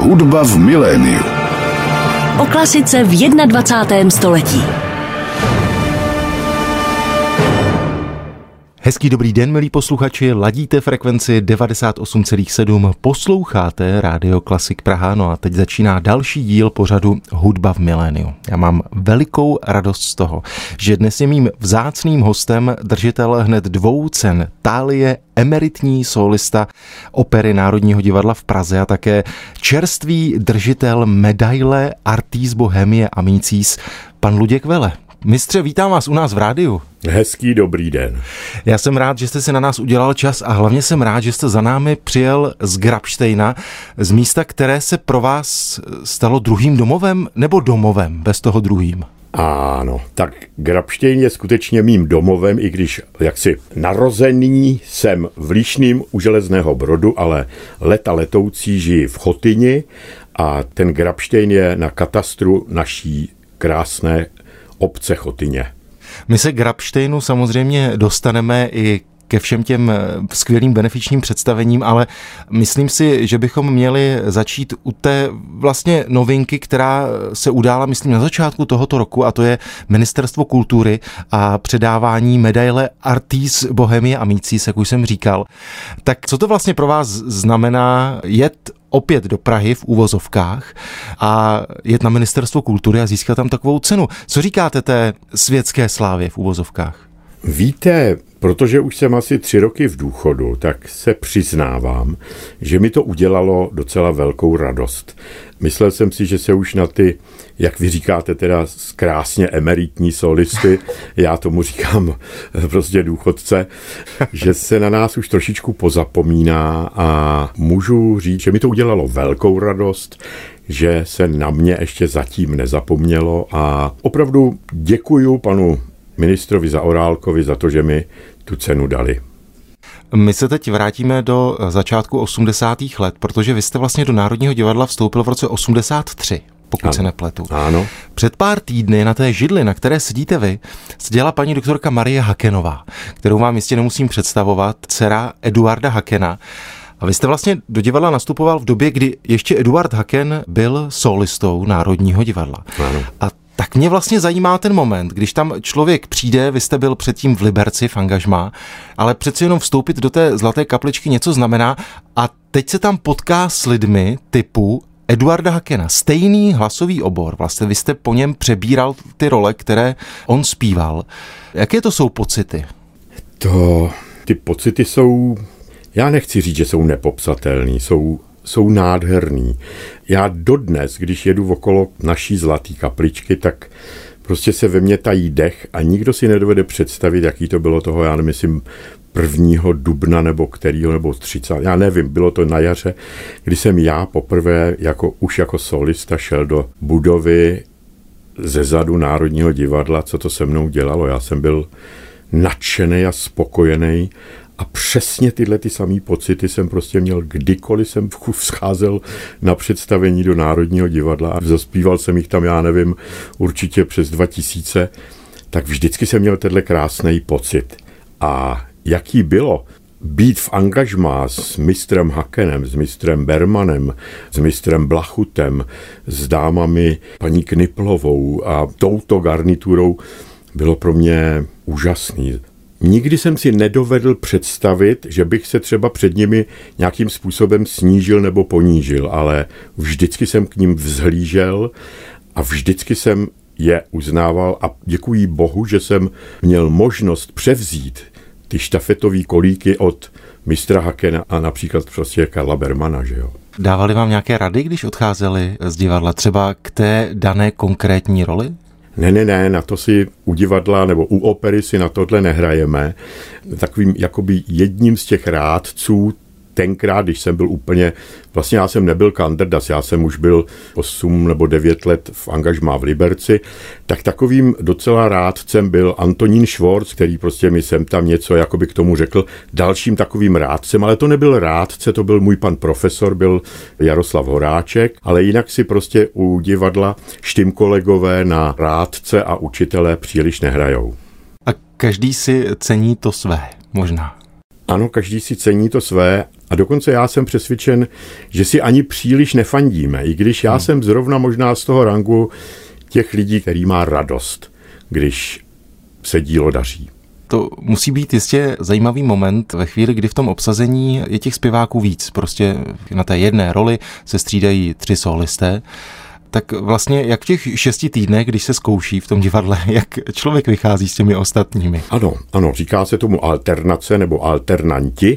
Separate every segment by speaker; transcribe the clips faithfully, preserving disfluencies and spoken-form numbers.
Speaker 1: Hudba v miléniu.
Speaker 2: O klasice v dvacátém prvním století.
Speaker 3: Hezký dobrý den, milí posluchači, ladíte frekvenci devadesát osm celá sedm, posloucháte Rádio Klasik Praha, no a teď začíná další díl pořadu Hudba v miléniu. Já mám velikou radost z toho, že dnes je mým vzácným hostem držitel hned dvou cen Thálie, emeritní solista Opery Národního divadla v Praze a také čerstvý držitel medaile Artis Bohemie Amicis, pan Luděk Vele. Mistře, vítám vás u nás v rádiu.
Speaker 4: Hezký dobrý den.
Speaker 3: Já jsem rád, že jste si na nás udělal čas a hlavně jsem rád, že jste za námi přijel z Grabštejna, z místa, které se pro vás stalo druhým domovem nebo domovem bez toho druhým?
Speaker 4: Ano, tak Grabštejn je skutečně mým domovem, i když jaksi narozený jsem v Líšným u Železného Brodu, ale leta letoucí žiji v Chotyni a ten Grabštejn je na katastru naší krásné obce Chotyně.
Speaker 3: My se Grabštejnu samozřejmě dostaneme i ke všem těm skvělým benefičním představením, ale myslím si, že bychom měli začít u té vlastně novinky, která se udála, myslím, na začátku tohoto roku, a to je Ministerstvo kultury a předávání medaile Artis Bohemie Amicis, jak už jsem říkal. Tak co to vlastně pro vás znamená jet opět do Prahy v uvozovkách a jet na Ministerstvo kultury a získat tam takovou cenu? Co říkáte té světské slávě v uvozovkách?
Speaker 4: Víte, protože už jsem asi tři roky v důchodu, tak se přiznávám, že mi to udělalo docela velkou radost. Myslel jsem si, že se už na ty, jak vy říkáte, teda krásně emeritní solisty, já tomu říkám prostě důchodce, že se na nás už trošičku pozapomíná a můžu říct, že mi to udělalo velkou radost, že se na mě ještě zatím nezapomnělo a opravdu děkuju panu ministrovi Zaorálkovi za to, že mi tu cenu dali.
Speaker 3: My se teď vrátíme do začátku osmdesátých let, protože vy jste vlastně do Národního divadla vstoupil v roce osmdesát tři, pokud ano. se nepletu.
Speaker 4: Ano.
Speaker 3: Před pár týdny na té židli, na které sedíte vy, seděla paní doktorka Marie Hakenová, kterou vám jistě nemusím představovat, dcera Eduarda Hakena. A vy jste vlastně do divadla nastupoval v době, kdy ještě Eduard Haken byl solistou Národního divadla.
Speaker 4: Ano. A
Speaker 3: tak mě vlastně zajímá ten moment, když tam člověk přijde, vy jste byl předtím v Liberci, v angažmá, ale přeci jenom vstoupit do té Zlaté kapličky něco znamená a teď se tam potká s lidmi typu Eduarda Hakena, stejný hlasový obor, vlastně vy jste po něm přebíral ty role, které on zpíval. Jaké to jsou pocity?
Speaker 4: To, ty pocity jsou, já nechci říct, že jsou nepopsatelný, jsou jsou nádherný. Já dodnes, když jedu okolo naší Zlaté kapličky, tak prostě se ve mně tají dech a nikdo si nedovede představit, jaký to bylo toho, já nemyslím, prvního dubna nebo kterýho, nebo třicátého Já nevím, bylo to na jaře, kdy jsem já poprvé jako, už jako solista šel do budovy ze zadu Národního divadla, co to se mnou dělalo. Já jsem byl nadšený a spokojený. A přesně tyhle ty samý pocity jsem prostě měl, kdykoliv jsem scházel na představení do Národního divadla a zaspíval jsem jich tam, já nevím, určitě přes dva tisíce, tak vždycky jsem měl tenhle krásný pocit. A jaký bylo být v angažmá s mistrem Hakenem, s mistrem Bermanem, s mistrem Blachutem, s dámami paní Kniplovou a touto garniturou, bylo pro mě úžasný. Nikdy jsem si nedovedl představit, že bych se třeba před nimi nějakým způsobem snížil nebo ponížil, ale vždycky jsem k ním vzhlížel a vždycky jsem je uznával a děkuji Bohu, že jsem měl možnost převzít ty štafetové kolíky od mistra Hakena a například prostě Karla Bermana, že jo.
Speaker 3: Dávali vám nějaké rady, když odcházeli z divadla, třeba k té dané konkrétní roli?
Speaker 4: Ne, ne, ne, na to si u divadla nebo u opery si na tohle nehrajeme. Takovým jakoby jedním z těch rádců tenkrát, když jsem byl úplně, vlastně já jsem nebyl kandidat, já jsem už byl osm nebo devět let v angažmá v Liberci, tak takovým docela rádcem byl Antonín Švorc, který prostě mi sem tam něco jakoby k tomu řekl. Dalším takovým rádcem, ale to nebyl rádce, to byl můj pan profesor, byl Jaroslav Horáček, ale jinak si prostě u divadla štym kolegové na rádce a učitelé příliš nehrajou.
Speaker 3: A každý si cení to své, možná.
Speaker 4: Ano, každý si cení to své a dokonce já jsem přesvědčen, že si ani příliš nefandíme, i když já hmm. jsem zrovna možná z toho rangu těch lidí, který má radost, když se dílo daří.
Speaker 3: To musí být jistě zajímavý moment ve chvíli, kdy v tom obsazení je těch zpěváků víc. Prostě na té jedné roli se střídají tři solisté. Tak vlastně jak v těch šesti týdnech, když se zkouší v tom divadle, jak člověk vychází s těmi ostatními?
Speaker 4: Ano, ano, říká se tomu alternace nebo alternanti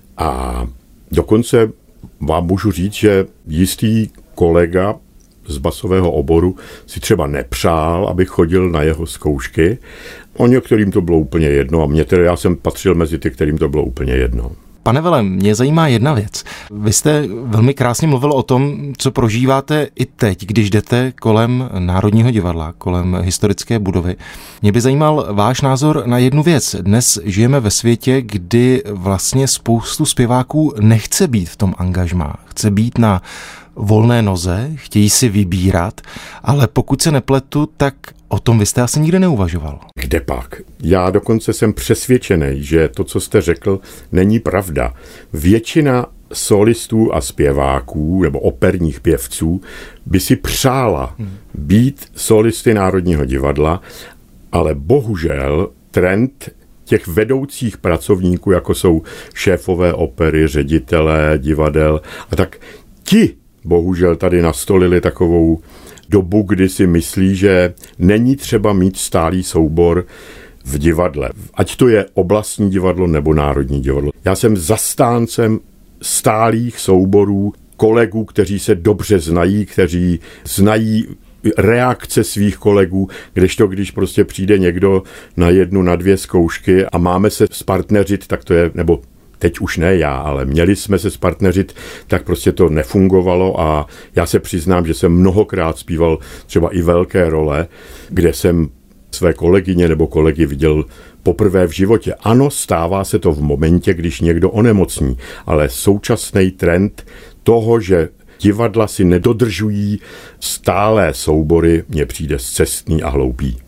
Speaker 4: a dokonce vám můžu říct, že jistý kolega z basového oboru si třeba nepřál, aby chodil na jeho zkoušky. O některým to bylo úplně jedno a mě tedy, já jsem patřil mezi ty, kterým to bylo úplně jedno.
Speaker 3: Pane Vele, mě zajímá jedna věc. Vy jste velmi krásně mluvil o tom, co prožíváte i teď, když jdete kolem Národního divadla, kolem historické budovy. Mě by zajímal váš názor na jednu věc. Dnes žijeme ve světě, kdy vlastně spoustu zpěváků nechce být v tom angažmá. Chce být na volné noze, chtějí si vybírat, ale pokud se nepletu, tak o tom vy jste asi nikdy neuvažoval.
Speaker 4: Kde pak? Já dokonce jsem přesvědčený, že to, co jste řekl, není pravda. Většina solistů a zpěváků nebo operních pěvců by si přála být solisty Národního divadla, ale bohužel trend těch vedoucích pracovníků, jako jsou šéfové opery, ředitelé divadel a tak ti bohužel tady nastolili takovou dobu, kdy si myslí, že není třeba mít stálý soubor v divadle. Ať to je oblastní divadlo nebo Národní divadlo. Já jsem zastáncem stálých souborů kolegů, kteří se dobře znají, kteří znají reakce svých kolegů, kdežto když prostě přijde někdo na jednu, na dvě zkoušky a máme se spartneřit, tak to je, nebo teď už ne já, ale měli jsme se spartneřit, tak prostě to nefungovalo a já se přiznám, že jsem mnohokrát zpíval třeba i velké role, kde jsem své kolegyně nebo kolegy viděl poprvé v životě. Ano, stává se to v momentě, když někdo onemocní, ale současný trend toho, že divadla si nedodržují stálé soubory, mně přijde scestný a hloupý.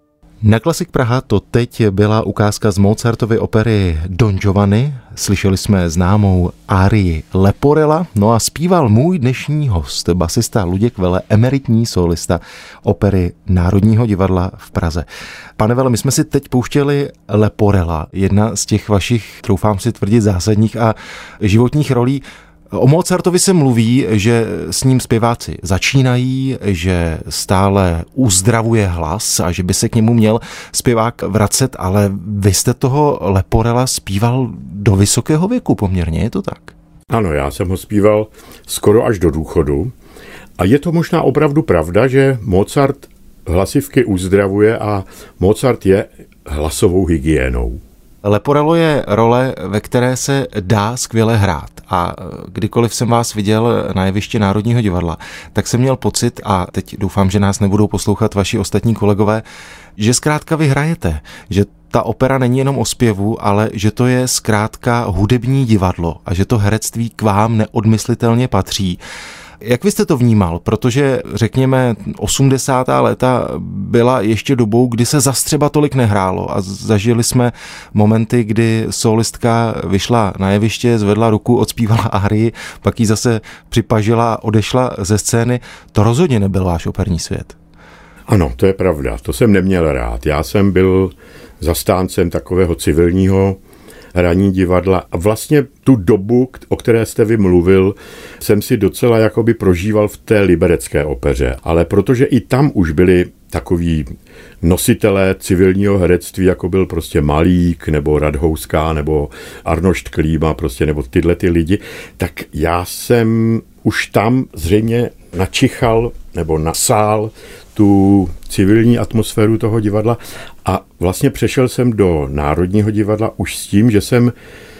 Speaker 3: Na Klasik Praha to teď byla ukázka z Mozartovy opery Don Giovanni. Slyšeli jsme známou árii Leporella, no a zpíval můj dnešní host, basista Luděk Vele, emeritní solista opery Národního divadla v Praze. Pane Vele, my jsme si teď pouštěli Leporella, jedna z těch vašich, troufám si tvrdit, zásadních a životních rolí. O Mozartovi se mluví, že s ním zpěváci začínají, že stále uzdravuje hlas a že by se k němu měl zpěvák vracet, ale vy jste toho Leporella zpíval do vysokého věku poměrně, je to tak?
Speaker 4: Ano, já jsem ho zpíval skoro až do důchodu a je to možná opravdu pravda, že Mozart hlasivky uzdravuje a Mozart je hlasovou hygienou.
Speaker 3: Leporello je role, ve které se dá skvěle hrát a kdykoliv jsem vás viděl na jevišti Národního divadla, tak jsem měl pocit, a teď doufám, že nás nebudou poslouchat vaši ostatní kolegové, že zkrátka vy hrajete, že ta opera není jenom o zpěvu, ale že to je zkrátka hudební divadlo a že to herectví k vám neodmyslitelně patří. Jak vy jste to vnímal? Protože řekněme osmdesátá léta byla ještě dobou, kdy se zas třeba tolik nehrálo a zažili jsme momenty, kdy solistka vyšla na jeviště, zvedla ruku, odspívala árii, pak ji zase připažila a odešla ze scény. To rozhodně nebyl váš operní svět.
Speaker 4: Ano, to je pravda. To jsem neměl rád. Já jsem byl zastáncem takového civilního hraní divadla a vlastně tu dobu, o které jste vy mluvil, jsem si docela jakoby prožíval v té liberecké opeře, ale protože i tam už byli takoví nositelé civilního herectví, jako byl prostě Malík, nebo Radhouská, nebo Arnošt Klíma, prostě, nebo tyhle ty lidi, tak já jsem už tam zřejmě načichal nebo nasál tu civilní atmosféru toho divadla a vlastně přešel jsem do Národního divadla už s tím, že jsem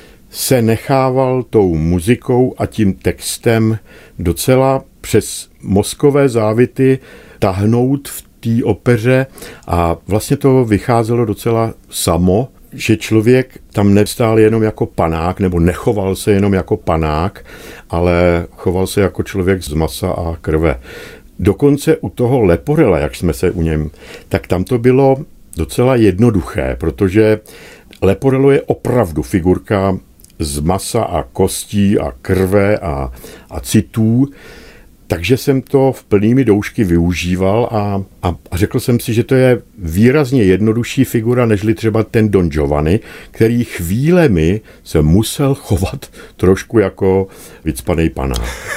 Speaker 4: se nechával tou muzikou a tím textem docela přes mozkové závity tahnout v té opeře a vlastně to vycházelo docela samo, že člověk tam nestál jenom jako panák, nebo nechoval se jenom jako panák, ale choval se jako člověk z masa a krve. Dokonce u toho Leporella, jak jsme se u něm, tak tam to bylo docela jednoduché, protože Leporello je opravdu figurka z masa a kostí a krve a, a citů, takže jsem to v plnými doušky využíval a, a, a řekl jsem si, že to je výrazně jednodušší figura, nežli třeba ten Don Giovanni, který chvílemi se musel chovat trošku jako vycpanej panák.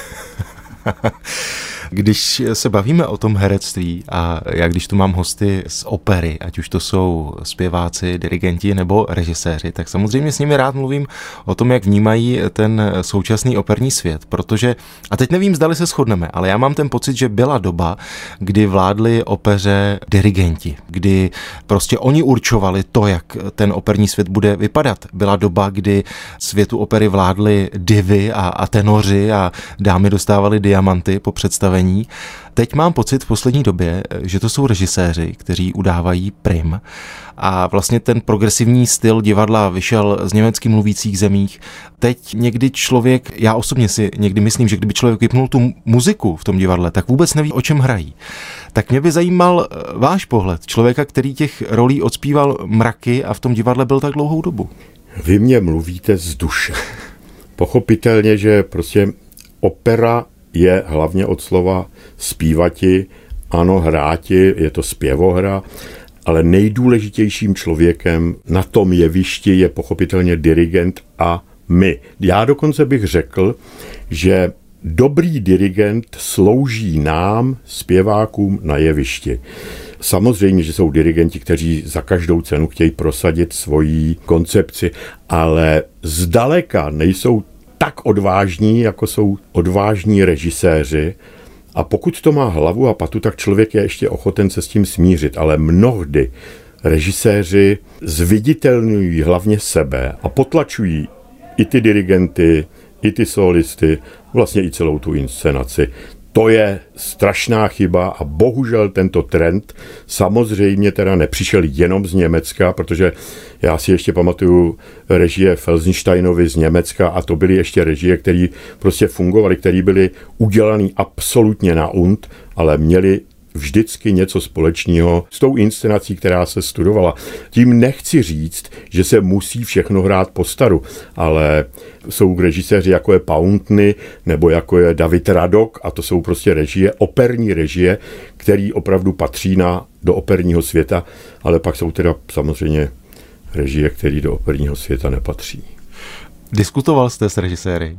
Speaker 3: Když se bavíme o tom herectví a já když tu mám hosty z opery, ať už to jsou zpěváci, dirigenti nebo režiséři, tak samozřejmě s nimi rád mluvím o tom, jak vnímají ten současný operní svět, protože, a teď nevím, zdali se shodneme, ale já mám ten pocit, že byla doba, kdy vládli opeře dirigenti, kdy prostě oni určovali to, jak ten operní svět bude vypadat. Byla doba, kdy světu opery vládli divy a, a tenoři a dámy dostávali diamanty po představení. Teď mám pocit v poslední době, že to jsou režiséři, kteří udávají prim a vlastně ten progresivní styl divadla vyšel z německy mluvících zemích. Teď někdy člověk, já osobně si někdy myslím, že kdyby člověk vypnul tu muziku v tom divadle, tak vůbec neví, o čem hrají. Tak mě by zajímal váš pohled, člověka, který těch rolí odspíval mraky a v tom divadle byl tak dlouhou dobu.
Speaker 4: Vy mě mluvíte z duše. Pochopitelně, že prostě opera je hlavně od slova zpívati, ano, hráti, je to zpěvohra, ale nejdůležitějším člověkem na tom jevišti je pochopitelně dirigent a my. Já dokonce bych řekl, že dobrý dirigent slouží nám, zpěvákům na jevišti. Samozřejmě, že jsou dirigenti, kteří za každou cenu chtějí prosadit svoji koncepci, ale zdaleka nejsou tak odvážní, jako jsou odvážní režiséři. A pokud to má hlavu a patu, tak člověk je ještě ochoten se s tím smířit. Ale mnohdy režiséři zviditelňují hlavně sebe a potlačují i ty dirigenty, i ty solisty, vlastně i celou tu inscenaci. To je strašná chyba a bohužel tento trend samozřejmě teda nepřišel jenom z Německa, protože já si ještě pamatuju režie Felsensteinovi z Německa a to byly ještě režie, které prostě fungovaly, které byly udělané absolutně na und, ale měly vždycky něco společného s tou inscenací, která se studovala. Tím nechci říct, že se musí všechno hrát po staru, ale jsou režiséři jako je Pountney nebo jako je David Radok a to jsou prostě režie, operní režie, který opravdu patří na, do operního světa, ale pak jsou teda samozřejmě režie, který do operního světa nepatří.
Speaker 3: Diskutoval jste s režiséry?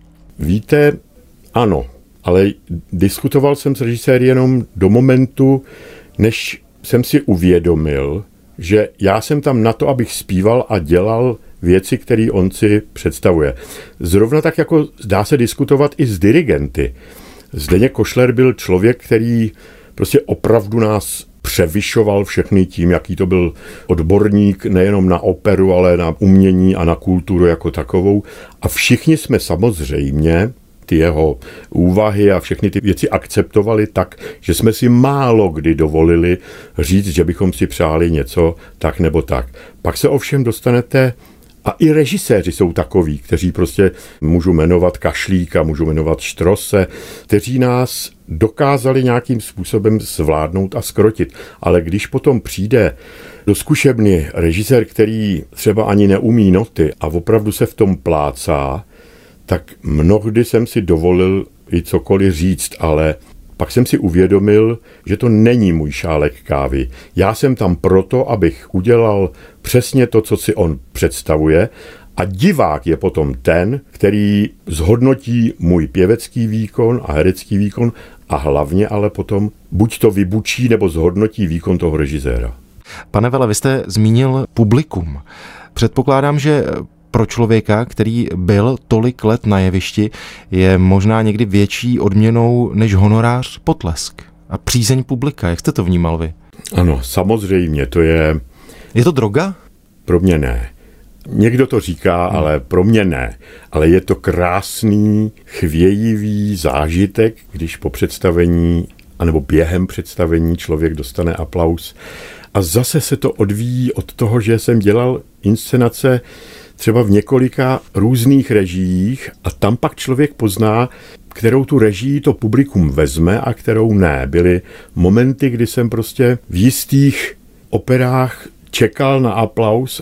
Speaker 4: Víte, ano. Ale diskutoval jsem s režiséry jenom do momentu, než jsem si uvědomil, že já jsem tam na to, abych zpíval a dělal věci, které on si představuje. Zrovna tak, jako dá se diskutovat i s dirigenty. Zdeněk Košler byl člověk, který prostě opravdu nás převyšoval všechny tím, jaký to byl odborník nejenom na operu, ale na umění a na kulturu jako takovou. A všichni jsme samozřejmě ty jeho úvahy a všechny ty věci akceptovali tak, že jsme si málo kdy dovolili říct, že bychom si přáli něco tak nebo tak. Pak se ovšem dostanete, a i režiséři jsou takoví, kteří prostě můžu jmenovat Kašlíka, můžu jmenovat Štrose, kteří nás dokázali nějakým způsobem zvládnout a zkrotit. Ale když potom přijde do zkušebny režisér, který třeba ani neumí noty a opravdu se v tom plácá, tak mnohdy jsem si dovolil i cokoliv říct, ale pak jsem si uvědomil, že to není můj šálek kávy. Já jsem tam proto, abych udělal přesně to, co si on představuje, a divák je potom ten, který zhodnotí můj pěvecký výkon a herecký výkon a hlavně ale potom buď to vybučí nebo zhodnotí výkon toho režiséra.
Speaker 3: Pane Vele, vy jste zmínil publikum. Předpokládám, že pro člověka, který byl tolik let na jevišti, je možná někdy větší odměnou než honorář potlesk a přízeň publika. Jak jste to vnímal vy?
Speaker 4: Ano, samozřejmě, to je...
Speaker 3: Je to droga?
Speaker 4: Pro mě ne. Někdo to říká, hmm. ale pro mě ne. Ale je to krásný, chvějivý zážitek, když po představení, anebo během představení člověk dostane aplaus. A zase se to odvíjí od toho, že jsem dělal inscenace třeba v několika různých režiích a tam pak člověk pozná, kterou tu režii to publikum vezme a kterou ne. Byly momenty, kdy jsem prostě v jistých operách čekal na aplaus a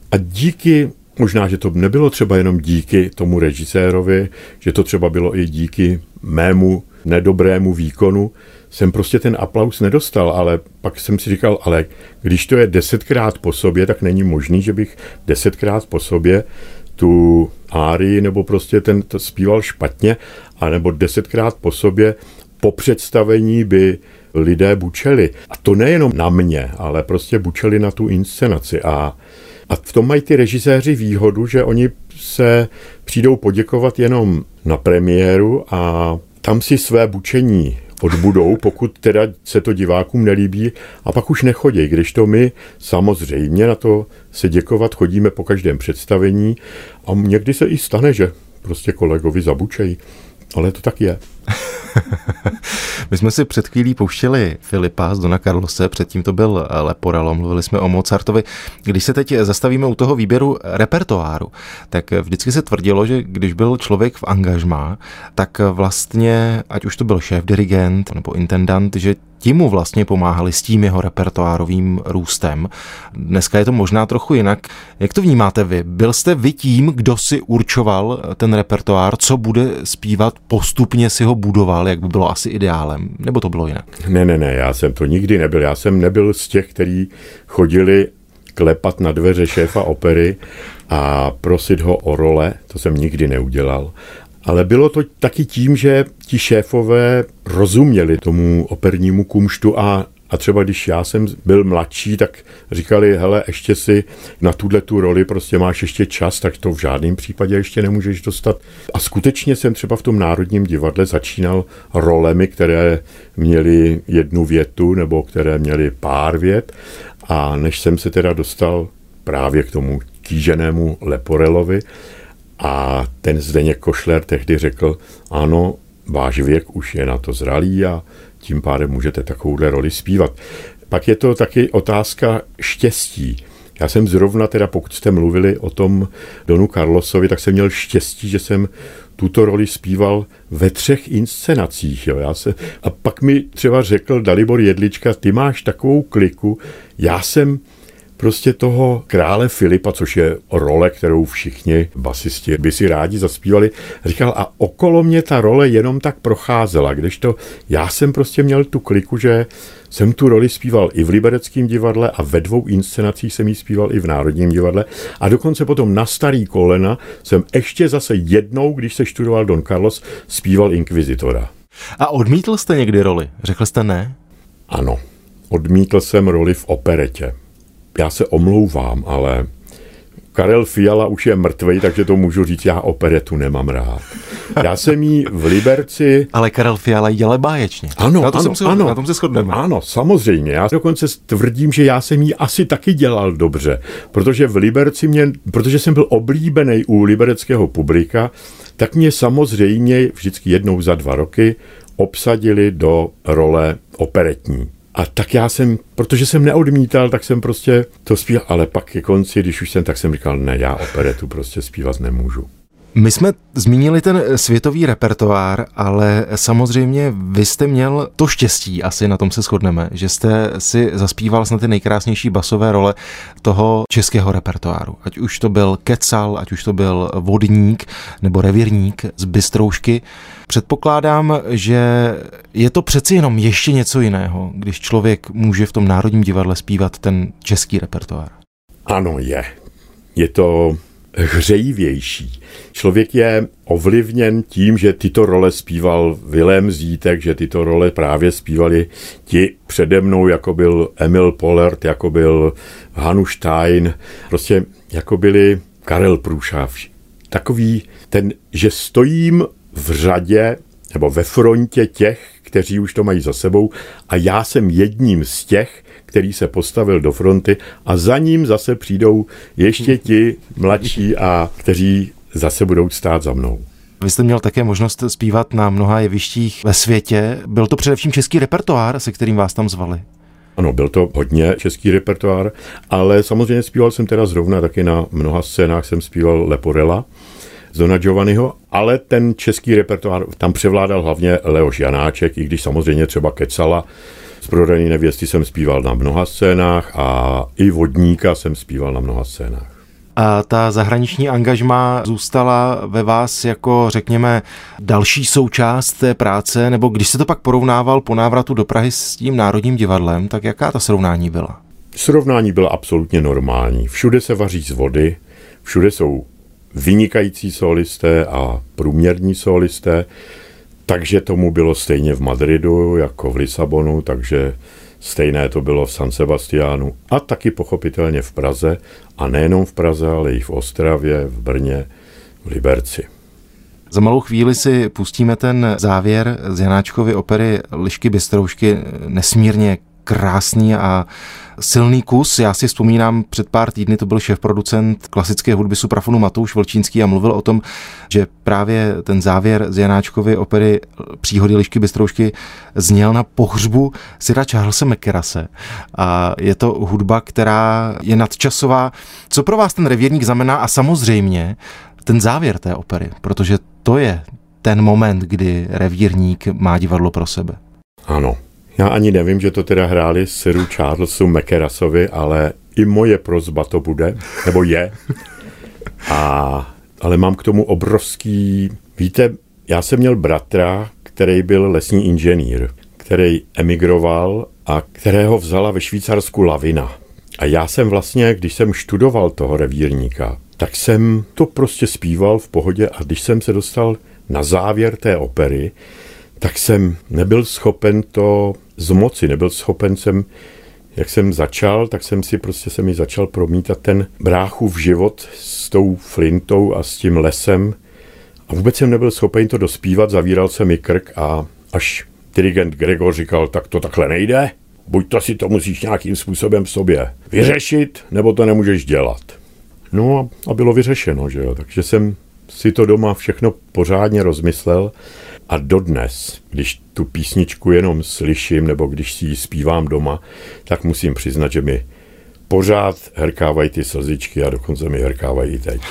Speaker 4: A díky, možná, že to nebylo třeba jenom díky tomu režisérovi, že to třeba bylo i díky mému nedobrému výkonu, jsem prostě ten aplaus nedostal, ale pak jsem si říkal, ale když to je desetkrát po sobě, tak není možný, že bych desetkrát po sobě tu árii nebo prostě ten to zpíval špatně, anebo desetkrát po sobě po představení by lidé bučeli. A to nejenom na mě, ale prostě bučeli na tu inscenaci. A, a v tom mají ty režiséři výhodu, že oni se přijdou poděkovat jenom na premiéru a tam si své bučení odbudou, pokud teda se to divákům nelíbí a pak už nechodí, když to my samozřejmě na to se děkovat chodíme po každém představení a někdy se i stane, že prostě kolegovi zabučejí, ale to tak je.
Speaker 3: My jsme si před chvílí pouštěli Filipa z Dona Carlose, předtím to byl Leporello, mluvili jsme o Mozartovi. Když se teď zastavíme u toho výběru repertoáru, tak vždycky se tvrdilo, že když byl člověk v angažmá, tak vlastně, ať už to byl šéf dirigent nebo intendant, že ti mu vlastně pomáhali s tím jeho repertoárovým růstem. Dneska je to možná trochu jinak. Jak to vnímáte vy? Byl jste vy tím, kdo si určoval ten repertoár, co bude zpívat, postupně si ho budoval, jak by bylo asi ideálem? Nebo to bylo jinak?
Speaker 4: Ne, ne, ne, já jsem to nikdy nebyl. Já jsem nebyl z těch, kteří chodili klepat na dveře šéfa opery a prosit ho o role. To jsem nikdy neudělal. Ale bylo to taky tím, že ti šéfové rozuměli tomu opernímu kumštu a, a třeba když já jsem byl mladší, tak říkali, hele, ještě si na tuhle tu roli prostě máš ještě čas, tak to v žádném případě ještě nemůžeš dostat. A skutečně jsem třeba v tom Národním divadle začínal rolemi, které měly jednu větu nebo které měly pár vět a než jsem se teda dostal právě k tomu kýženému Leporellovi, a ten Zdeněk Košler tehdy řekl, ano, váš věk už je na to zralý a tím pádem můžete takovouhle roli zpívat. Pak je to taky otázka štěstí. Já jsem zrovna teda, pokud jste mluvili o tom Donu Carlosovi, tak jsem měl štěstí, že jsem tuto roli zpíval ve třech inscenacích. Jo. Já se, a pak mi třeba řekl Dalibor Jedlička, ty máš takovou kliku, já jsem prostě toho krále Filipa, což je role, kterou všichni basisti by si rádi zaspívali, říkal a okolo mě ta role jenom tak procházela, kdežto já jsem prostě měl tu kliku, že jsem tu roli zpíval i v Libereckém divadle a ve dvou inscenacích jsem ji zpíval i v Národním divadle a dokonce potom na starý kolena jsem ještě zase jednou, když se študoval Don Carlos, zpíval Inkvizitora.
Speaker 3: A odmítl jste někdy roli? Řekl jste ne?
Speaker 4: Ano, odmítl jsem roli v operetě. Já se omlouvám, ale Karel Fiala už je mrtvej, takže to můžu říct, já operetu nemám rád. Já jsem jí v Liberci...
Speaker 3: Ale Karel Fiala ji dělal báječně.
Speaker 4: Ano,
Speaker 3: na, to
Speaker 4: ano,
Speaker 3: se,
Speaker 4: ano.
Speaker 3: Na tom se shodneme.
Speaker 4: Ano, samozřejmě. Já dokonce tvrdím, že já jsem jí asi taky dělal dobře, protože v Liberci mě, protože jsem byl oblíbený u libereckého publika, tak mě samozřejmě vždycky jednou za dva roky obsadili do role operetní. A tak já jsem, protože jsem neodmítal, tak jsem prostě to zpíval, ale pak ke konci, když už jsem, tak jsem říkal, ne, já operetu prostě zpívat nemůžu.
Speaker 3: My jsme zmínili ten světový repertoár, ale samozřejmě vy jste měl to štěstí, asi na tom se shodneme, že jste si zaspíval snad ty nejkrásnější basové role toho českého repertoáru. Ať už to byl Kecal, ať už to byl Vodník nebo Revírník z Bystroušky. Předpokládám, že je to přeci jenom ještě něco jiného, když člověk může v tom Národním divadle zpívat ten český repertoár.
Speaker 4: Ano, je. Je to hřejivější. Člověk je ovlivněn tím, že tyto role zpíval Vilém Zítek, že tyto role právě zpívali ti přede mnou, jako byl Emil Pollert, jako byl Hanu Stein, prostě jako byli Karel Průšáv. Takový ten, že stojím v řadě nebo ve frontě těch, kteří už to mají za sebou a já jsem jedním z těch, který se postavil do fronty a za ním zase přijdou ještě ti mladší a kteří zase budou stát za mnou.
Speaker 3: Vy jste měl také možnost zpívat na mnoha jevištích ve světě. Byl to především český repertoár, se kterým vás tam zvali?
Speaker 4: Ano, byl to hodně český repertoár, ale samozřejmě zpíval jsem teda zrovna taky na mnoha scénách, jsem zpíval Leporella z Dona Giovanniho, ale ten český repertoár, tam převládal hlavně Leoš Janáček, i když samozřejmě třeba Kecala z Prodaný nevěsty jsem zpíval na mnoha scénách a i Vodníka jsem zpíval na mnoha scénách.
Speaker 3: A ta zahraniční angažma zůstala ve vás jako, řekněme, další součást té práce, nebo když se to pak porovnával po návratu do Prahy s tím Národním divadlem, tak jaká ta srovnání byla?
Speaker 4: Srovnání byla absolutně normální. Všude se vaří z vody, všude jsou vynikající solisté a průměrní solisté, takže tomu bylo stejně v Madridu jako v Lisabonu, takže stejné to bylo v San Sebastiánu a taky pochopitelně v Praze a nejenom v Praze, ale i v Ostravě, v Brně, v Liberci.
Speaker 3: Za malou chvíli si pustíme ten závěr z Janáčkovy opery Lišky Bystroušky, nesmírně krásný a silný kus. Já si vzpomínám, před pár týdny to byl šéfproducent klasické hudby Suprafonu Matouš Vlčínský a mluvil o tom, že právě ten závěr z Janáčkovy opery Příhody Lišky Bystroušky zněl na pohřbu Sira Charlese Mackerrase. A je to hudba, která je nadčasová. Co pro vás ten Revírník znamená a samozřejmě ten závěr té opery, protože to je ten moment, kdy Revírník má divadlo pro sebe.
Speaker 4: Ano. Já ani nevím, že to teda hráli Siru Charlesu Mackerrasovi, ale i moje prosba to bude, nebo je. A, ale mám k tomu obrovský... Víte, já jsem měl bratra, který byl lesní inženýr, který emigroval a kterého vzala ve Švýcarsku lavina. A já jsem vlastně, když jsem študoval toho Revírníka, tak jsem to prostě zpíval v pohodě a když jsem se dostal na závěr té opery, tak jsem nebyl schopen to zmoci, nebyl schopen jsem, jak jsem začal, tak jsem si prostě se mi začal promítat ten bráchův život s tou flintou a s tím lesem a vůbec jsem nebyl schopen to dospívat, zavíral se mi krk a až dirigent Gregor říkal, tak to takhle nejde, buď to si to musíš nějakým způsobem v sobě vyřešit, nebo to nemůžeš dělat. No a bylo vyřešeno, že jo, takže jsem si to doma všechno pořádně rozmyslel. A dodnes, když tu písničku jenom slyším, nebo když si ji zpívám doma, tak musím přiznat, že mi pořád herkávají ty slzičky a dokonce mi herkávají teď.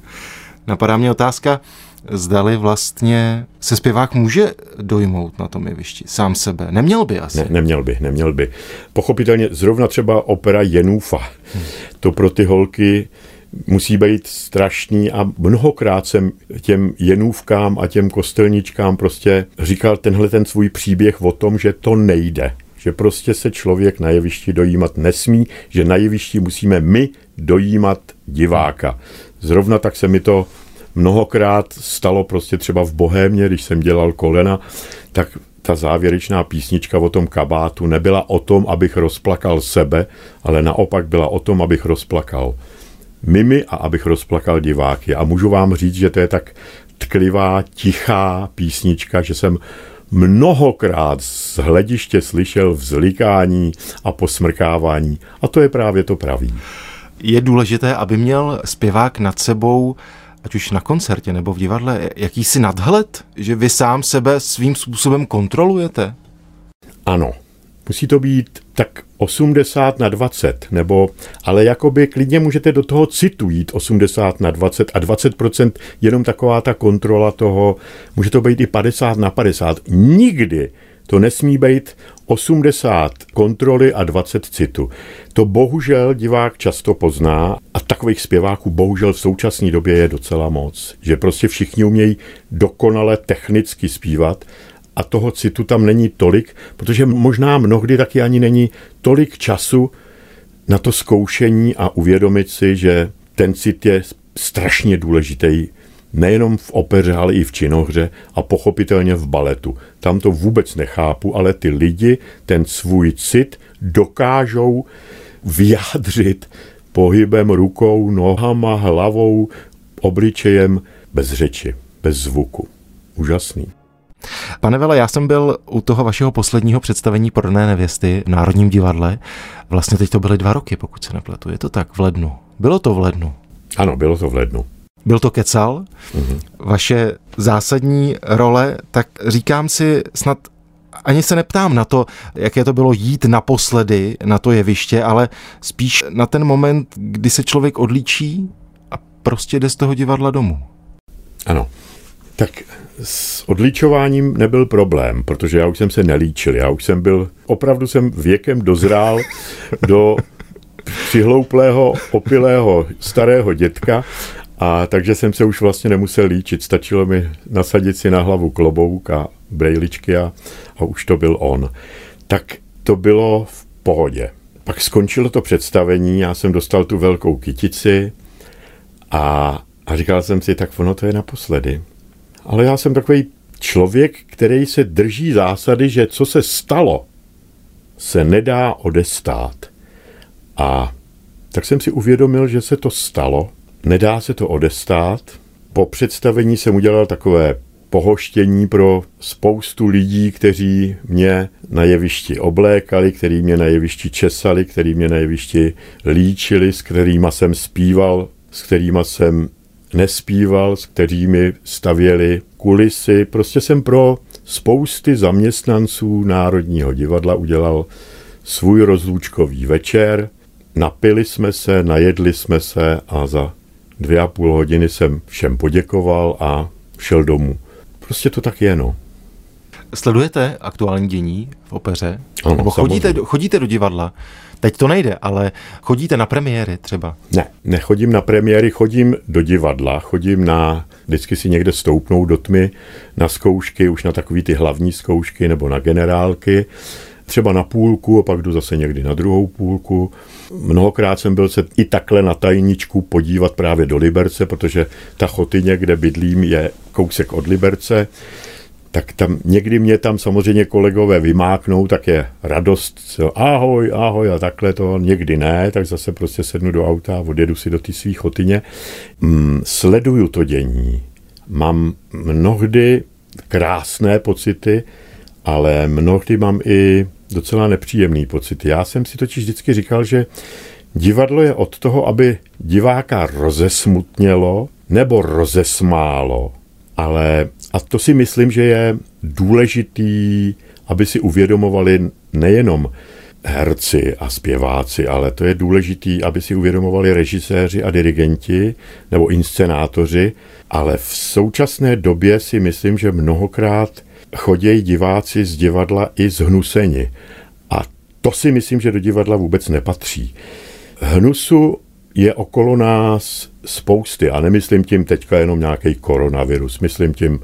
Speaker 3: Napadá mě otázka, zdali vlastně se zpěvák může dojmout na tom jevišti sám sebe. Neměl by asi.
Speaker 4: Ne, neměl by, neměl by. Pochopitelně zrovna třeba opera Jenůfa. Hmm. To pro ty holky musí být strašný a mnohokrát jsem těm jenůvkám a těm kostelničkám prostě říkal tenhle ten svůj příběh o tom, že to nejde. Že prostě se člověk na jevišti dojímat nesmí, že na jevišti musíme my dojímat diváka. Zrovna tak se mi to mnohokrát stalo prostě třeba v Bohémě, když jsem dělal Kolena, tak ta závěrečná písnička o tom kabátu nebyla o tom, abych rozplakal sebe, ale naopak byla o tom, abych rozplakal mimi a abych rozplakal diváky. A můžu vám říct, že to je tak tklivá, tichá písnička, že jsem mnohokrát z hlediště slyšel vzlikání a posmrkávání. A to je právě to pravý.
Speaker 3: Je důležité, aby měl zpěvák nad sebou, ať už na koncertě nebo v divadle, jakýsi nadhled, že vy sám sebe svým způsobem kontrolujete?
Speaker 4: Ano. Musí to být tak osmdesát na dvacet, nebo, ale jakoby klidně můžete do toho citu jít osmdesát na dvacet a dvacet procent jenom taková ta kontrola toho, může to být i padesát na padesát. Nikdy to nesmí být osmdesát kontroly a dvacet citu. To bohužel divák často pozná a takových zpěváků bohužel v současné době je docela moc, že prostě všichni umějí dokonale technicky zpívat, a toho citu tam není tolik, protože možná mnohdy taky ani není tolik času na to zkoušení a uvědomit si, že ten cit je strašně důležitý nejenom v opeře, ale i v činohře a pochopitelně v baletu. Tam to vůbec nechápu, ale ty lidi ten svůj cit dokážou vyjádřit pohybem rukou, nohama, hlavou, obličejem, bez řeči, bez zvuku. Úžasný.
Speaker 3: Pane Vele, já jsem byl u toho vašeho posledního představení Prodané nevěsty v Národním divadle. Vlastně teď to byly dva roky, pokud se nepletu. Je to tak, v lednu. Bylo to v lednu.
Speaker 4: Ano, bylo to v lednu.
Speaker 3: Byl to Kecal, mm-hmm. Vaše zásadní role, tak říkám si snad, ani se neptám na to, jaké to bylo jít naposledy na to jeviště, ale spíš na ten moment, kdy se člověk odlíčí a prostě jde z toho divadla domů.
Speaker 4: Ano. Tak s odličováním nebyl problém, protože já už jsem se nelíčil. Já už jsem byl, opravdu jsem věkem dozrál do přihlouplého, opilého starého dětka, a takže jsem se už vlastně nemusel líčit. Stačilo mi nasadit si na hlavu klobouk a brejličky a, a už to byl on. Tak to bylo v pohodě. Pak skončilo to představení, já jsem dostal tu velkou kytici a, a říkal jsem si, tak ono to je naposledy. Ale já jsem takový člověk, který se drží zásady, že co se stalo, se nedá odestát. A tak jsem si uvědomil, že se to stalo, nedá se to odestát. Po představení jsem udělal takové pohoštění pro spoustu lidí, kteří mě na jevišti oblékali, kteří mě na jevišti česali, kteří mě na jevišti líčili, s kterýma jsem zpíval, s kterýma jsem nespíval, s kterými stavěli kulisy. Prostě jsem pro spousty zaměstnanců Národního divadla udělal svůj rozlučkový večer. Napili jsme se, najedli jsme se a za dvě a půl hodiny jsem všem poděkoval a šel domů. Prostě to tak je, no.
Speaker 3: Sledujete aktuální dění v opeře?
Speaker 4: Ano,
Speaker 3: Nebo chodíte, chodíte do divadla? Teď to nejde, ale chodíte na premiéry třeba?
Speaker 4: Ne, nechodím na premiéry, chodím do divadla, chodím na, vždycky si někde stoupnou do tmy na zkoušky, už na takový ty hlavní zkoušky nebo na generálky, třeba na půlku a pak jdu zase někdy na druhou půlku. Mnohokrát jsem byl se i takhle na tajničku podívat právě do Liberce, protože ta Chotyně, kde bydlím, je kousek od Liberce. Tak tam někdy mě tam samozřejmě kolegové vymáknou, tak je radost, ahoj, ahoj a takhle to, někdy ne, tak zase prostě sednu do auta a odjedu si do té svý Chotyně. Mm, sleduju to dění, mám mnohdy krásné pocity, ale mnohdy mám i docela nepříjemný pocity. Já jsem si totiž vždycky říkal, že divadlo je od toho, aby diváka rozesmutnělo nebo rozesmálo. Ale a to si myslím, že je důležitý, aby si uvědomovali nejenom herci a zpěváci, ale to je důležitý, aby si uvědomovali režiséři a dirigenti nebo inscenátoři, ale v současné době si myslím, že mnohokrát chodějí diváci z divadla i zhnuseni. A to si myslím, že do divadla vůbec nepatří. Hnusu je okolo nás spousty a nemyslím tím teďka jenom nějaký koronavirus, myslím tím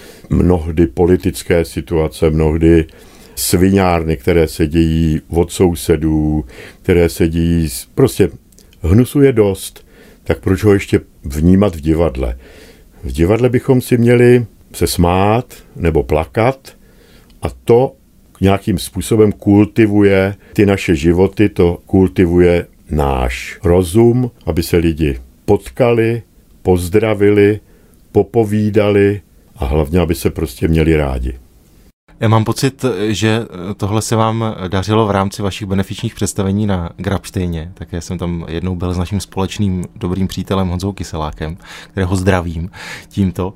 Speaker 4: mnohdy politické situace, mnohdy sviňárny, které se dějí od sousedů, které se dějí, prostě hnusu je dost, tak proč ho ještě vnímat v divadle? V divadle bychom si měli se smát nebo plakat a to nějakým způsobem kultivuje ty naše životy, to kultivuje náš rozum, aby se lidi potkali, pozdravili, popovídali a hlavně, aby se prostě měli rádi.
Speaker 3: Já mám pocit, že tohle se vám dařilo v rámci vašich benefičních představení na Grabštejně. Také jsem tam jednou byl s naším společným dobrým přítelem Honzou Kyselákem, kterého zdravím tímto.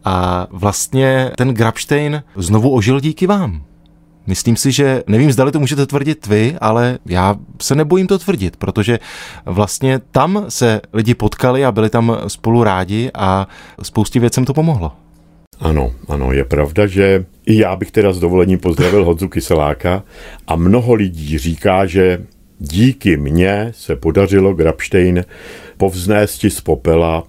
Speaker 3: A vlastně ten Grabštejn znovu ožil díky vám. Myslím si, že nevím, zdali to můžete tvrdit vy, ale já se nebojím to tvrdit, protože vlastně tam se lidi potkali a byli tam spolu rádi a spoustě věcem to pomohlo.
Speaker 4: Ano, ano, je pravda, že i já bych teda s dovolením pozdravil Honzu Kyseláka a mnoho lidí říká, že díky mně se podařilo Grabštejn povznésti z popela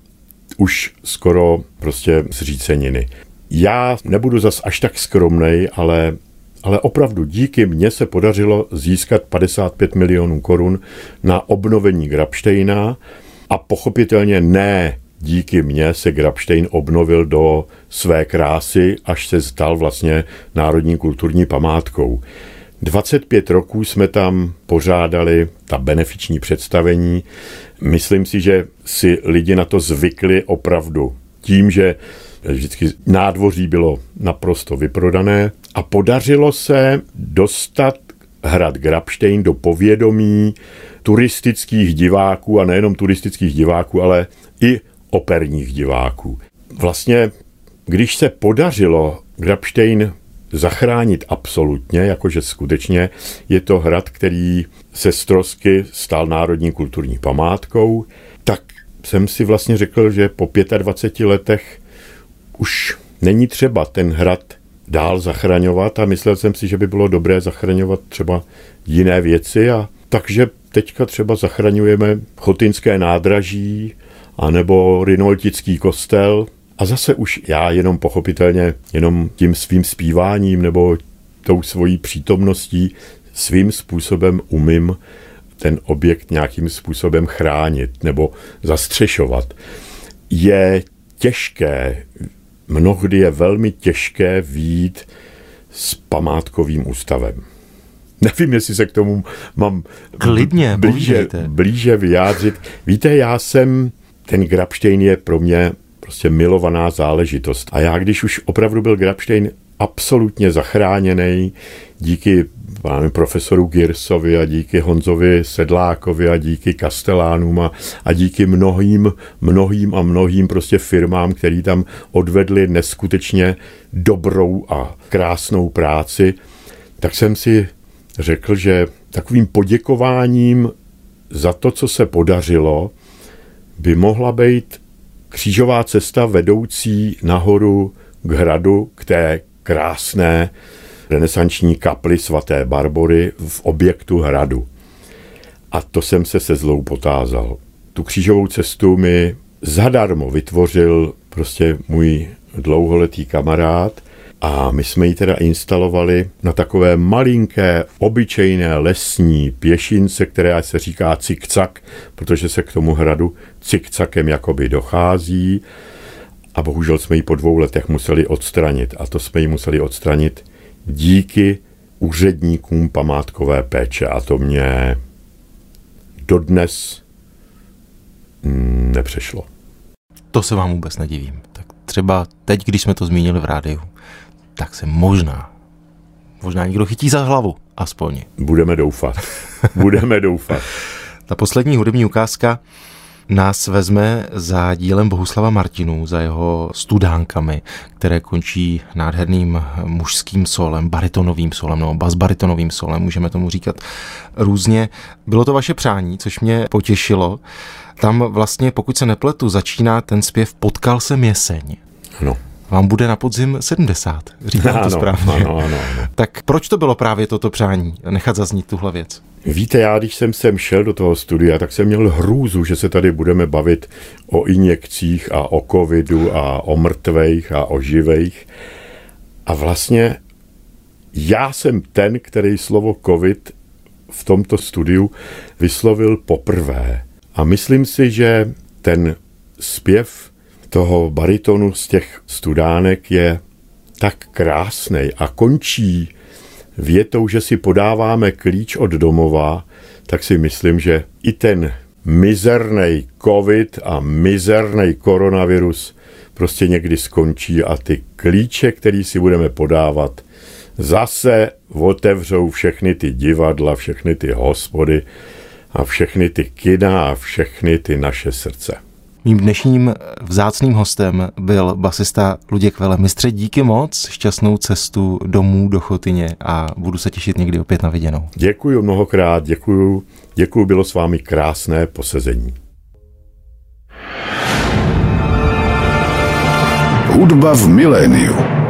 Speaker 4: už skoro prostě z říceniny. Já nebudu zas až tak skromnej, ale Ale opravdu díky mně se podařilo získat padesát pět milionů korun na obnovení Grabštejna a pochopitelně ne díky mně se Grabštejn obnovil do své krásy, až se stal vlastně národní kulturní památkou. dvacet pět roků jsme tam pořádali ta benefiční představení. Myslím si, že si lidi na to zvykli opravdu tím, že vždycky nádvoří bylo naprosto vyprodané a podařilo se dostat hrad Grabštejn do povědomí turistických diváků a nejenom turistických diváků, ale i operních diváků. Vlastně, když se podařilo Grabštejn zachránit absolutně, jakože skutečně je to hrad, který se z trosky stal národní kulturní památkou, tak jsem si vlastně řekl, že po dvaceti pěti letech už není třeba ten hrad dál zachraňovat a myslel jsem si, že by bylo dobré zachraňovat třeba jiné věci a takže teďka třeba zachraňujeme Chotynské nádraží anebo Rynoltický kostel a zase už já jenom pochopitelně, jenom tím svým zpíváním nebo tou svojí přítomností svým způsobem umím ten objekt nějakým způsobem chránit nebo zastřešovat. Je těžké, mnohdy je velmi těžké vyjít s památkovým ústavem. Nevím, jestli se k tomu mám
Speaker 3: Klidně,
Speaker 4: blíže, blíže vyjádřit. Víte, já jsem, ten Grabštejn je pro mě prostě milovaná záležitost. A já, když už opravdu byl Grabštejn absolutně zachráněný díky pánu profesoru Girsovi a díky Honzovi Sedlákovi a díky Kastelánům a, a díky mnohým, mnohým a mnohým prostě firmám, který tam odvedli neskutečně dobrou a krásnou práci, tak jsem si řekl, že takovým poděkováním za to, co se podařilo, by mohla být křížová cesta vedoucí nahoru k hradu, k té krásné renesanční kapli svaté Barbory v objektu hradu. A to jsem se se zlou potázal. Tu křížovou cestu mi zadarmo vytvořil prostě můj dlouholetý kamarád a my jsme ji teda instalovali na takové malinké, obyčejné lesní pěšince, která se říká cikcak, protože se k tomu hradu cikcakem jakoby dochází a bohužel jsme ji po dvou letech museli odstranit a to jsme ji museli odstranit díky úředníkům památkové péče a to mě dodnes nepřešlo.
Speaker 3: To se vám vůbec nedivím. Tak třeba teď, když jsme to zmínili v rádiu, tak se možná, možná někdo chytí za hlavu, aspoň.
Speaker 4: Budeme doufat. Budeme doufat.
Speaker 3: Ta poslední hudební ukázka nás vezme za dílem Bohuslava Martinů, za jeho studánkami, které končí nádherným mužským solem, baritonovým solem, nebo basbaritonovým solem, můžeme tomu říkat různě. Bylo to vaše přání, což mě potěšilo. Tam vlastně, pokud se nepletu, začíná ten zpěv Potkal jsem jeseň.
Speaker 4: Ano.
Speaker 3: Vám bude na podzim sedmdesát, říkám
Speaker 4: ano,
Speaker 3: to správně.
Speaker 4: Ano, ano, ano.
Speaker 3: Tak proč to bylo právě toto přání, nechat zaznít tuhle věc?
Speaker 4: Víte, já když jsem sem šel do toho studia, tak jsem měl hrůzu, že se tady budeme bavit o injekcích a o covidu a o mrtvejch a o živejch. A vlastně já jsem ten, který slovo covid v tomto studiu vyslovil poprvé. A myslím si, že ten zpěv toho baritonu z těch studánek je tak krásnej a končí větou, že si podáváme klíč od domova, tak si myslím, že i ten mizernej covid a mizernej koronavirus prostě někdy skončí a ty klíče, který si budeme podávat, zase otevřou všechny ty divadla, všechny ty hospody a všechny ty kina a všechny ty naše srdce.
Speaker 3: Mým dnešním vzácným hostem byl basista Luděk Vele. Mistře, díky moc, šťastnou cestu domů do Chotyně a budu se těšit někdy opět na viděnou.
Speaker 4: Děkuju mnohokrát, děkuju, děkuju, bylo s vámi krásné posezení.
Speaker 1: Hudba v miléniu.